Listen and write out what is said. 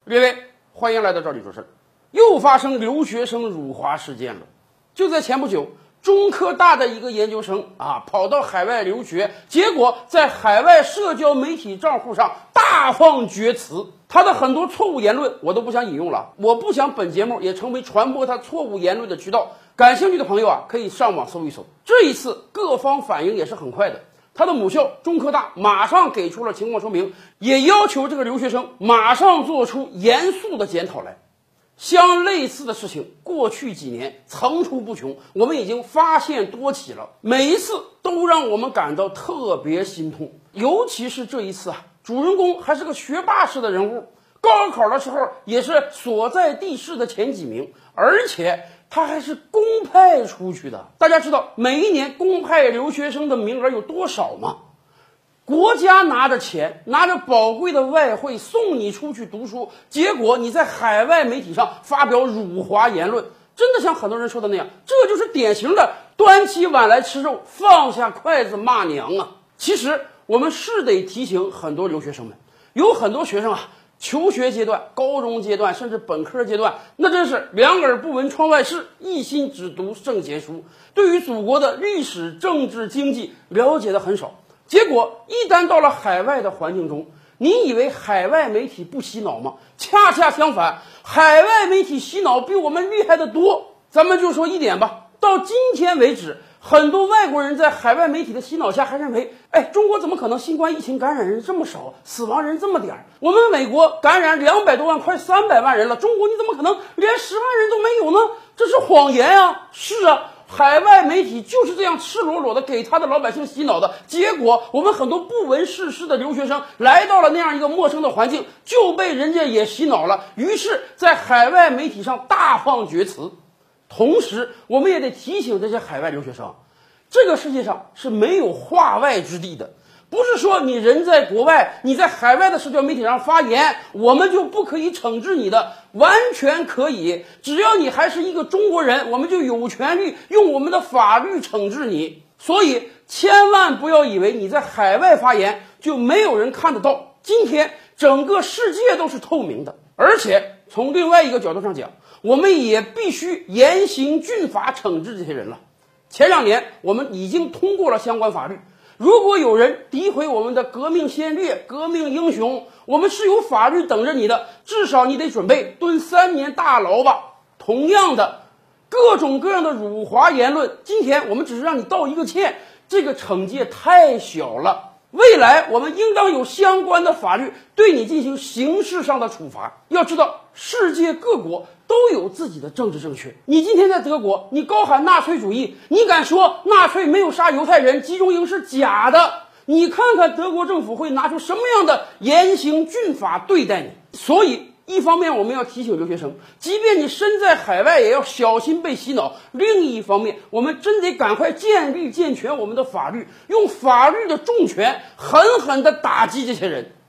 各位，欢迎来到这里说事儿。又发生留学生辱华事件了。就在前不久，中科大的一个研究生跑到海外留学，结果在海外社交媒体账户上大放厥词。他的很多错误言论我都不想引用了，我不想本节目也成为传播他错误言论的渠道。感兴趣的朋友可以上网搜一搜。这一次各方反应也是很快的。他的母校中科大马上给出了情况说明，也要求这个留学生马上做出严肃的检讨来。相类似的事情过去几年层出不穷，我们已经发现多起了，每一次都让我们感到特别心痛。尤其是这一次主人公还是个学霸式的人物，高考的时候也是所在地市的前几名，而且他还是公派出去的。大家知道每一年公派留学生的名额有多少吗？国家拿着钱，拿着宝贵的外汇送你出去读书，结果你在海外媒体上发表辱华言论，真的像很多人说的那样，这就是典型的端起碗来吃肉，放下筷子骂娘啊！其实我们是得提醒很多留学生们，有很多学生求学阶段、高中阶段甚至本科阶段，那真是两耳不闻窗外事，一心只读圣贤书，对于祖国的历史、政治、经济了解的很少。结果一旦到了海外的环境中，你以为海外媒体不洗脑吗？恰恰相反，海外媒体洗脑比我们厉害得多。咱们就说一点吧，到今天为止，很多外国人在海外媒体的洗脑下还认为，中国怎么可能新冠疫情感染人这么少，死亡人这么点儿？我们美国感染200多万，快300万人了，中国你怎么可能连10万人都没有呢？这是谎言啊！是啊，海外媒体就是这样赤裸裸的给他的老百姓洗脑的，结果我们很多不闻世事的留学生来到了那样一个陌生的环境，就被人家也洗脑了，于是在海外媒体上大放厥词。同时我们也得提醒这些海外留学生，这个世界上是没有化外之地的，不是说你人在国外，你在海外的社交媒体上发言，我们就不可以惩治你的，完全可以。只要你还是一个中国人，我们就有权利用我们的法律惩治你。所以千万不要以为你在海外发言就没有人看得到，今天整个世界都是透明的。而且从另外一个角度上讲，我们也必须严刑峻法惩治这些人了。前2年我们已经通过了相关法律，如果有人诋毁我们的革命先烈、革命英雄，我们是有法律等着你的，至少你得准备蹲3年大牢吧。同样的，各种各样的辱华言论，今天我们只是让你道一个歉，这个惩戒太小了。未来我们应当有相关的法律对你进行刑事上的处罚。要知道，世界各国都有自己的政治正确。你今天在德国，你高喊纳粹主义，你敢说纳粹没有杀犹太人，集中营是假的？你看看德国政府会拿出什么样的严刑峻法对待你。所以一方面我们要提醒留学生，即便你身在海外也要小心被洗脑，另一方面我们真得赶快建立健全我们的法律，用法律的重拳狠狠地打击这些人。